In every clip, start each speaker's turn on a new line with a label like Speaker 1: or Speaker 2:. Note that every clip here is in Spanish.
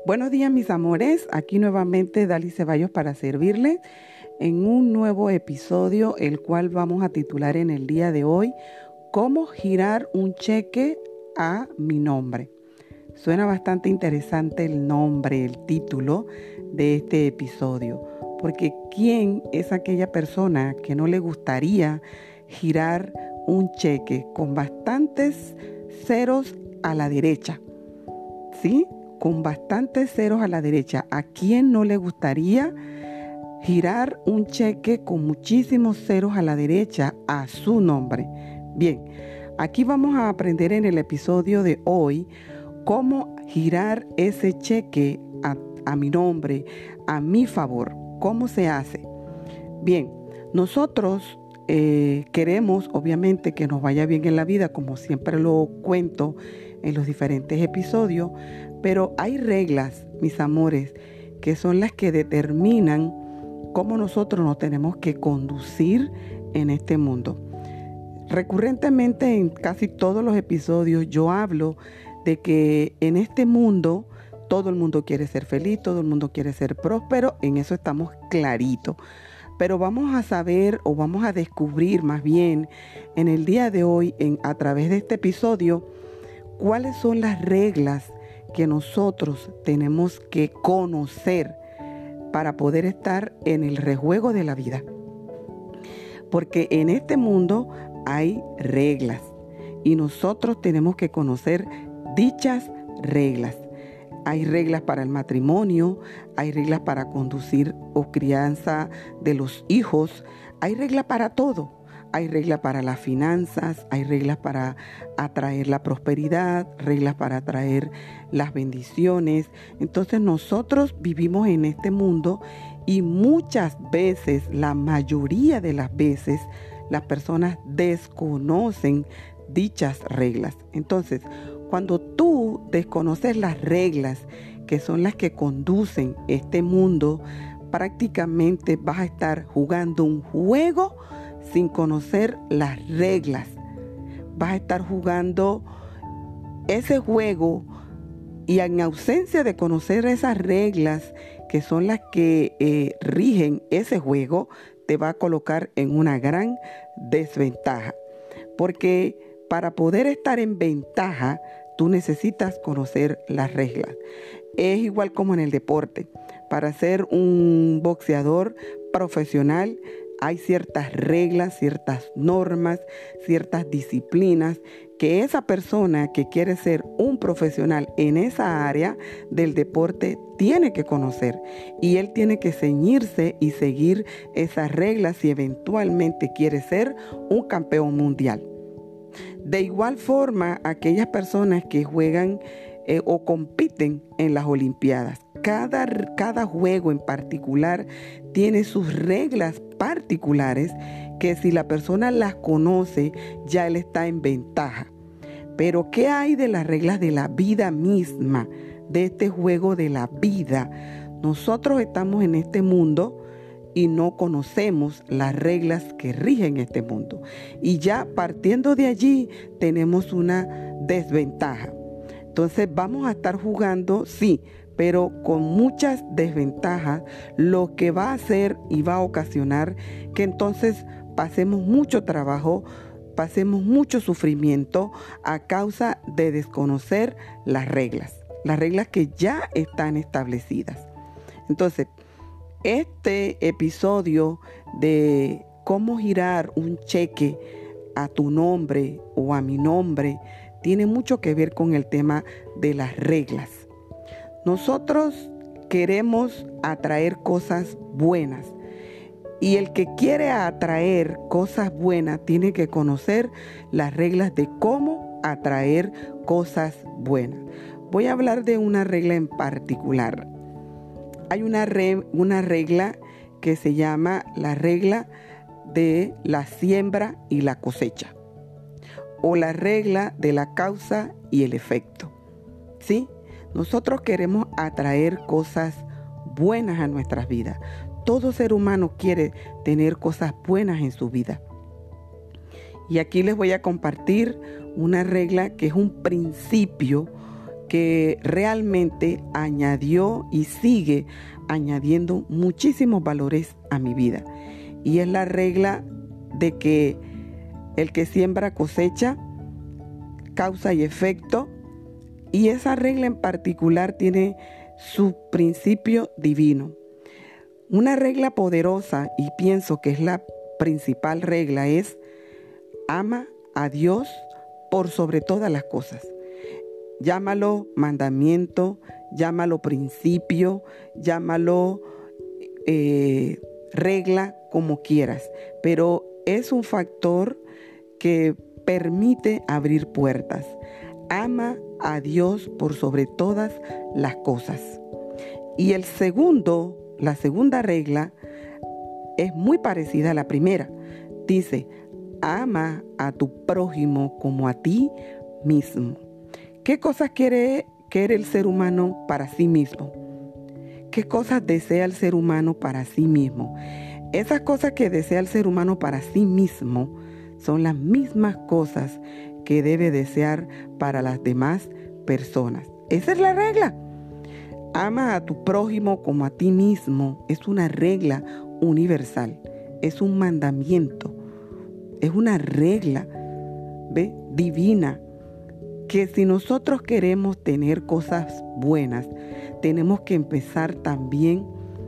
Speaker 1: Buenos días, mis amores. Aquí nuevamente Dali Ceballos para servirles en un nuevo episodio, el cual vamos a titular en el día de hoy, ¿Cómo girar un cheque a mi nombre? Suena bastante interesante el nombre, el título de este episodio, porque ¿quién es aquella persona que no le gustaría girar un cheque con bastantes ceros a la derecha? ¿Sí? Con bastantes ceros a la derecha. ¿A quién no le gustaría girar un cheque con muchísimos ceros a la derecha a su nombre? Bien, aquí vamos a aprender en el episodio de hoy cómo girar ese cheque a mi nombre, a mi favor. ¿Cómo se hace? Bien, nosotros queremos obviamente que nos vaya bien en la vida, como siempre lo cuento en los diferentes episodios, pero hay reglas, mis amores, que son las que determinan cómo nosotros nos tenemos que conducir en este mundo. Recurrentemente en casi todos los episodios yo hablo de que en este mundo todo el mundo quiere ser feliz, todo el mundo quiere ser próspero, en eso estamos claritos. Pero vamos a saber o vamos a descubrir más bien en el día de hoy, a través de este episodio, cuáles son las reglas que nosotros tenemos que conocer para poder estar en el rejuego de la vida. Porque en este mundo hay reglas y nosotros tenemos que conocer dichas reglas. Hay reglas para el matrimonio, hay reglas para conducir o crianza de los hijos, hay reglas para todo. Hay reglas para las finanzas, hay reglas para atraer la prosperidad, reglas para atraer las bendiciones. Entonces nosotros vivimos en este mundo y muchas veces, la mayoría de las veces, las personas desconocen dichas reglas. Entonces, cuando tú desconoces las reglas que son las que conducen este mundo, prácticamente vas a estar jugando un juego sin conocer las reglas. Vas a estar jugando ese juego y en ausencia de conocer esas reglas que son las que rigen ese juego, te va a colocar en una gran desventaja. Porque para poder estar en ventaja, tú necesitas conocer las reglas. Es igual como en el deporte. Para ser un boxeador profesional, hay ciertas reglas, ciertas normas, ciertas disciplinas que esa persona que quiere ser un profesional en esa área del deporte tiene que conocer. Y él tiene que ceñirse y seguir esas reglas si eventualmente quiere ser un campeón mundial. De igual forma, aquellas personas que juegan o compiten en las Olimpiadas. Cada juego en particular tiene sus reglas particulares que si la persona las conoce, ya él está en ventaja. Pero ¿qué hay de las reglas de la vida misma, de este juego de la vida? Nosotros estamos en este mundo y no conocemos las reglas que rigen este mundo. Y ya partiendo de allí tenemos una desventaja. Entonces vamos a estar jugando, sí, pero con muchas desventajas, lo que va a hacer y va a ocasionar que entonces pasemos mucho trabajo, pasemos mucho sufrimiento a causa de desconocer las reglas que ya están establecidas. Entonces, este episodio de cómo girar un cheque a tu nombre o a mi nombre tiene mucho que ver con el tema de las reglas. Nosotros queremos atraer cosas buenas y el que quiere atraer cosas buenas tiene que conocer las reglas de cómo atraer cosas buenas. Voy a hablar de una regla en particular. Hay una regla que se llama la regla de la siembra y la cosecha, o la regla de la causa y el efecto. ¿Sí? Nosotros queremos atraer cosas buenas a nuestras vidas. Todo ser humano quiere tener cosas buenas en su vida. Y aquí les voy a compartir una regla que es un principio que realmente añadió y sigue añadiendo muchísimos valores a mi vida. Y es la regla de que el que siembra cosecha, causa y efecto. Y esa regla en particular tiene su principio divino. Una regla poderosa, y pienso que es la principal regla, es: ama a Dios por sobre todas las cosas. Llámalo mandamiento, llámalo principio, llámalo regla, como quieras, pero es un factor que permite abrir puertas. Ama a Dios por sobre todas las cosas. Y la segunda regla es muy parecida a la primera. Dice: ama a tu prójimo como a ti mismo. ¿Qué cosas quiere el ser humano para sí mismo? ¿Qué cosas desea el ser humano para sí mismo? Esas cosas que desea el ser humano para sí mismo son las mismas cosas que debe desear para las demás personas. Esa es la regla. Ama a tu prójimo como a ti mismo. Es una regla universal. Es un mandamiento. Es una regla, divina. Que si nosotros queremos tener cosas buenas, tenemos que empezar también,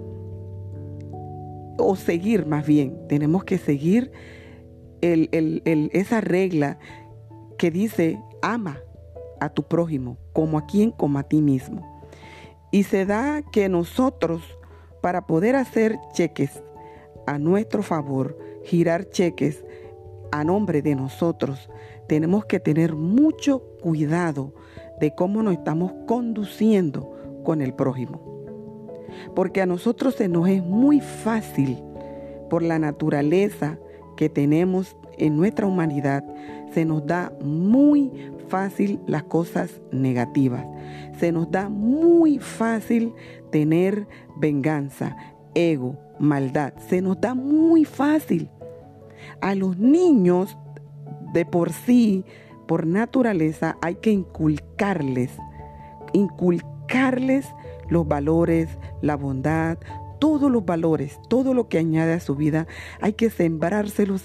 Speaker 1: o seguir más bien, tenemos que seguir esa regla que dice: ama a tu prójimo, como a quién, como a ti mismo. Y se da que nosotros, para poder hacer cheques a nuestro favor, girar cheques a nombre de nosotros, tenemos que tener mucho cuidado de cómo nos estamos conduciendo con el prójimo. Porque a nosotros se nos es muy fácil, por la naturaleza que tenemos en nuestra humanidad, se nos da muy fácil las cosas negativas. Se nos da muy fácil tener venganza, ego, maldad. Se nos da muy fácil. A los niños, de por sí, por naturaleza, hay que inculcarles los valores, la bondad, todos los valores, todo lo que añade a su vida. Hay que sembrárselo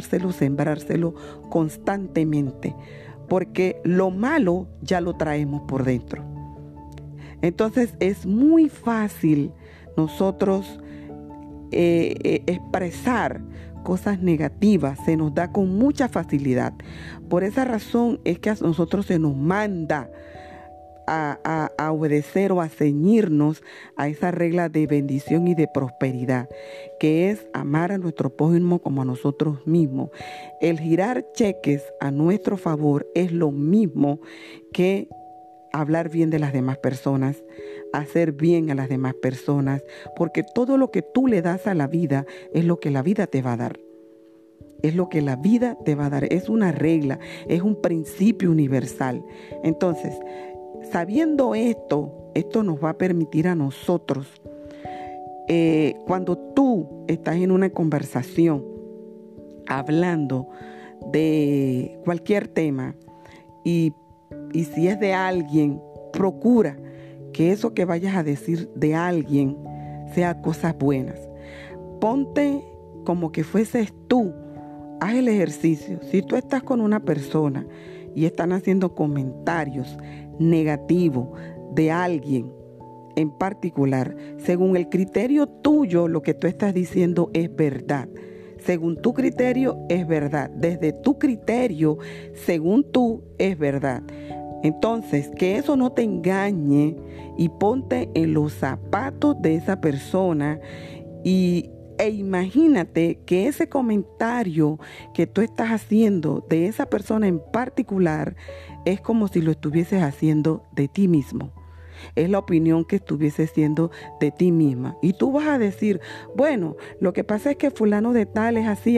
Speaker 1: constantemente, porque lo malo ya lo traemos por dentro. Entonces es muy fácil nosotros expresar cosas negativas, se nos da con mucha facilidad. Por esa razón es que a nosotros se nos manda a obedecer o a ceñirnos a esa regla de bendición y de prosperidad, que es amar a nuestro prójimo como a nosotros mismos. El girar cheques a nuestro favor es lo mismo que hablar bien de las demás personas, hacer bien a las demás personas, porque todo lo que tú le das a la vida es lo que la vida te va a dar. Es lo que la vida te va a dar. Es una regla, es un principio universal. Entonces, sabiendo esto nos va a permitir a nosotros, cuando tú estás en una conversación hablando de cualquier tema, y si es de alguien, procura que eso que vayas a decir de alguien sea cosas buenas. Ponte como que fueses tú. Haz el ejercicio. Si tú estás con una persona y están haciendo comentarios negativos de alguien en particular, según el criterio tuyo, lo que tú estás diciendo es verdad. Según tu criterio es verdad. Desde tu criterio, según tú, es verdad. Entonces, que eso no te engañe, y ponte en los zapatos de esa persona e imagínate que ese comentario que tú estás haciendo de esa persona en particular es como si lo estuvieses haciendo de ti mismo. Es la opinión que estuviese siendo de ti misma. Y tú vas a decir: bueno, lo que pasa es que fulano de tal es así,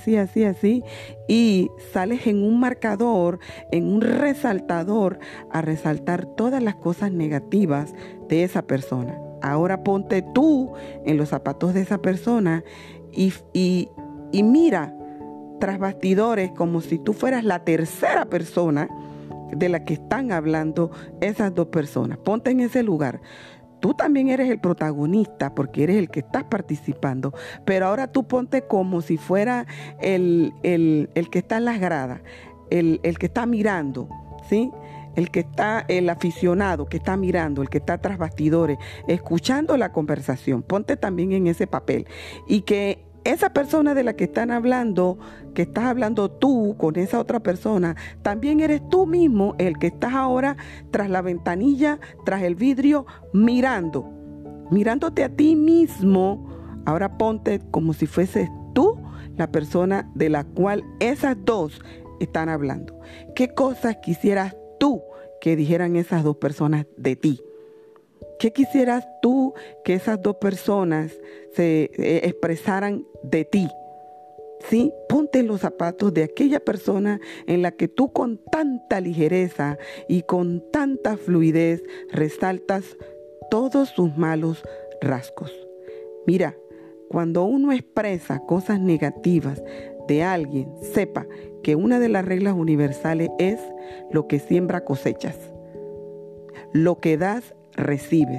Speaker 1: y sales en un marcador, en un resaltador, a resaltar todas las cosas negativas de esa persona. Ahora ponte tú en los zapatos de esa persona y mira tras bastidores como si tú fueras la tercera persona, de la que están hablando esas dos personas. Ponte en ese lugar. Tú también eres el protagonista porque eres el que estás participando, pero ahora tú ponte como si fuera el que está en las gradas, el que está mirando, ¿sí? El aficionado que está mirando, el que está tras bastidores, escuchando la conversación. Ponte también en ese papel y que esa persona de la que están hablando, que estás hablando tú con esa otra persona, también eres tú mismo el que estás ahora tras la ventanilla, tras el vidrio, mirándote a ti mismo. Ahora ponte como si fueses tú la persona de la cual esas dos están hablando. ¿Qué cosas quisieras tú que dijeran esas dos personas de ti? ¿Qué quisieras tú que esas dos personas se expresaran de ti? ¿Sí? Ponte en los zapatos de aquella persona en la que tú con tanta ligereza y con tanta fluidez resaltas todos sus malos rasgos. Mira, cuando uno expresa cosas negativas de alguien, sepa que una de las reglas universales es lo que siembra cosechas. Lo que das, recibes.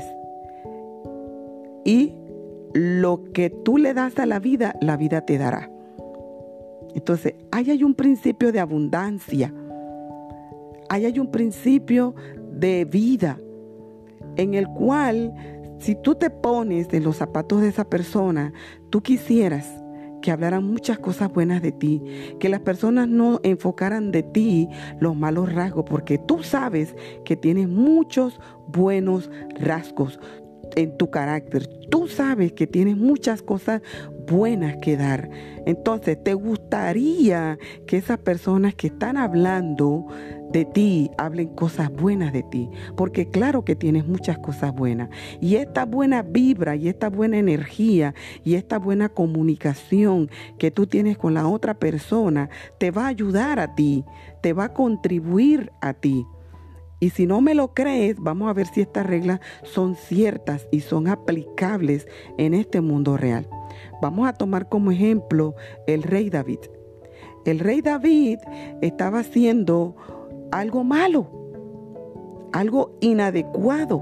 Speaker 1: Y lo que tú le das a la vida te dará. Entonces, ahí hay un principio de abundancia. Ahí hay un principio de vida en el cual, si tú te pones en los zapatos de esa persona, tú quisieras que hablaran muchas cosas buenas de ti, que las personas no enfocaran de ti los malos rasgos, porque tú sabes que tienes muchos buenos rasgos en tu carácter. Tú sabes que tienes muchas cosas buenas que dar. Entonces, ¿te gustaría que esas personas que están hablando de ti hablen cosas buenas de ti? Porque claro que tienes muchas cosas buenas. Y esta buena vibra y esta buena energía y esta buena comunicación que tú tienes con la otra persona te va a ayudar a ti, te va a contribuir a ti. Y si no me lo crees, vamos a ver si estas reglas son ciertas y son aplicables en este mundo real. Vamos a tomar como ejemplo el rey David. El rey David estaba haciendo algo malo, algo inadecuado.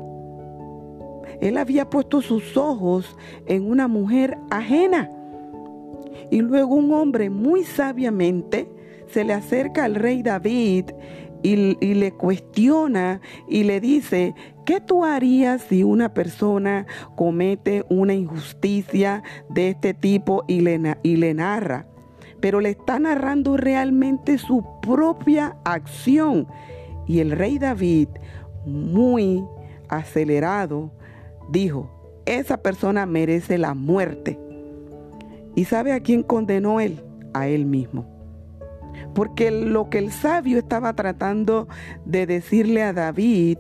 Speaker 1: Él había puesto sus ojos en una mujer ajena. Y luego un hombre muy sabiamente se le acerca al rey David y le cuestiona y le dice: ¿qué tú harías si una persona comete una injusticia de este tipo? Y le narra, pero le está narrando realmente su propia acción. Y el rey David, muy acelerado, dijo: esa persona merece la muerte. ¿Y sabe a quién condenó él? A él mismo. Porque lo que el sabio estaba tratando de decirle a David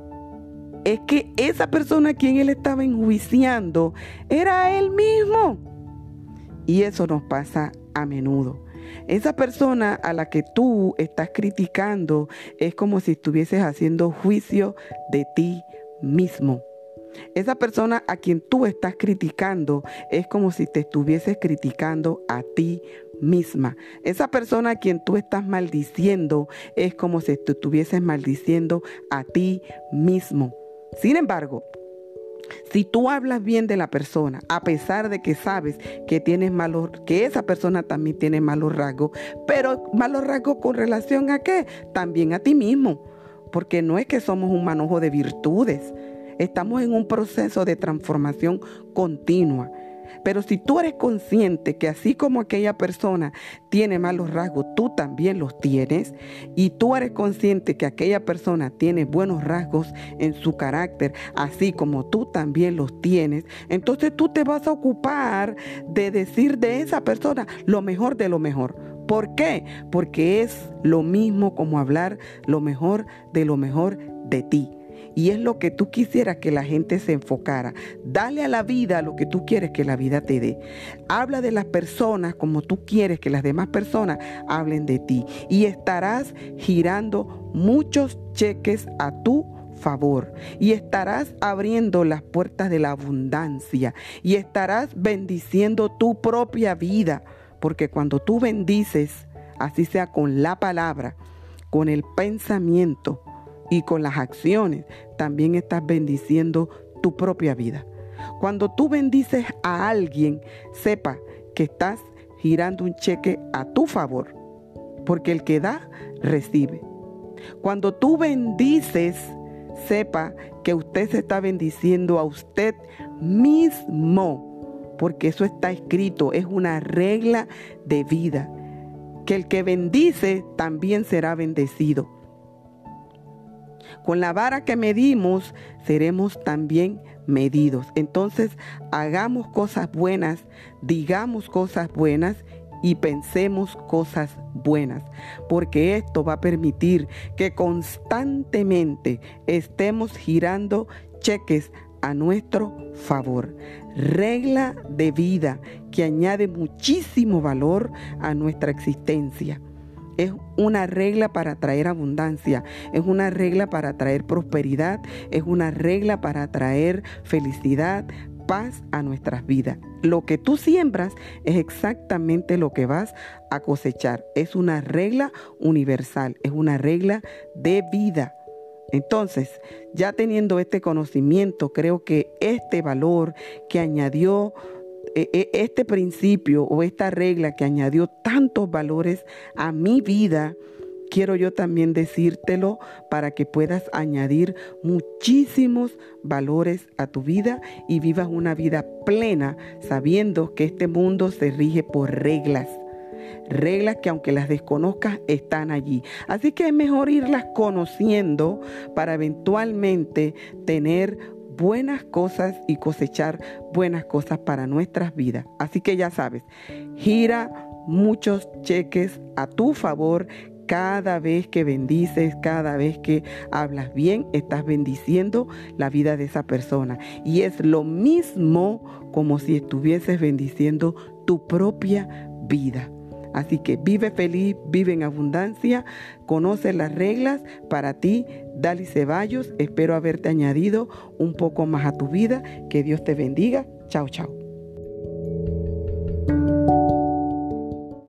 Speaker 1: es que esa persona a quien él estaba enjuiciando era él mismo. Y eso nos pasa a menudo. Esa persona a la que tú estás criticando es como si estuvieses haciendo juicio de ti mismo. Esa persona a quien tú estás criticando es como si te estuvieses criticando a ti misma. Esa persona a quien tú estás maldiciendo es como si te estuvieses maldiciendo a ti mismo. Sin embargo, si tú hablas bien de la persona, a pesar de que sabes que que esa persona también tiene malos rasgos, pero malos rasgos con relación a ¿qué? También a ti mismo, porque no es que somos un manojo de virtudes. Estamos en un proceso de transformación continua. Pero si tú eres consciente que así como aquella persona tiene malos rasgos, tú también los tienes, y tú eres consciente que aquella persona tiene buenos rasgos en su carácter, así como tú también los tienes, entonces tú te vas a ocupar de decir de esa persona lo mejor de lo mejor. ¿Por qué? Porque es lo mismo como hablar lo mejor de ti. Y es lo que tú quisieras que la gente se enfocara. Dale a la vida lo que tú quieres que la vida te dé. Habla de las personas como tú quieres que las demás personas hablen de ti. Y estarás girando muchos cheques a tu favor. Y estarás abriendo las puertas de la abundancia. Y estarás bendiciendo tu propia vida. Porque cuando tú bendices, así sea con la palabra, con el pensamiento y con las acciones, también estás bendiciendo tu propia vida. Cuando tú bendices a alguien, sepa que estás girando un cheque a tu favor, porque el que da, recibe. Cuando tú bendices, sepa que usted se está bendiciendo a usted mismo, porque eso está escrito, es una regla de vida, que el que bendice también será bendecido. Con la vara que medimos, seremos también medidos. Entonces, hagamos cosas buenas, digamos cosas buenas y pensemos cosas buenas, porque esto va a permitir que constantemente estemos girando cheques a nuestro favor. Regla de vida que añade muchísimo valor a nuestra existencia. Es una regla para traer abundancia, es una regla para traer prosperidad, es una regla para traer felicidad, paz a nuestras vidas. Lo que tú siembras es exactamente lo que vas a cosechar. Es una regla universal, es una regla de vida. Entonces, ya teniendo este conocimiento, creo que este valor que añadió este principio o esta regla que añadió tantos valores a mi vida, quiero yo también decírtelo para que puedas añadir muchísimos valores a tu vida y vivas una vida plena, sabiendo que este mundo se rige por reglas. Reglas que aunque las desconozcas están allí. Así que es mejor irlas conociendo para eventualmente tener buenas cosas y cosechar buenas cosas para nuestras vidas. Así que ya sabes, gira muchos cheques a tu favor. Cada vez que bendices, cada vez que hablas bien, estás bendiciendo la vida de esa persona. Y es lo mismo como si estuvieses bendiciendo tu propia vida. Así que vive feliz, vive en abundancia, conoce las reglas. Para ti, Dalis Ceballos, espero haberte añadido un poco más a tu vida. Que Dios te bendiga. Chao, chao.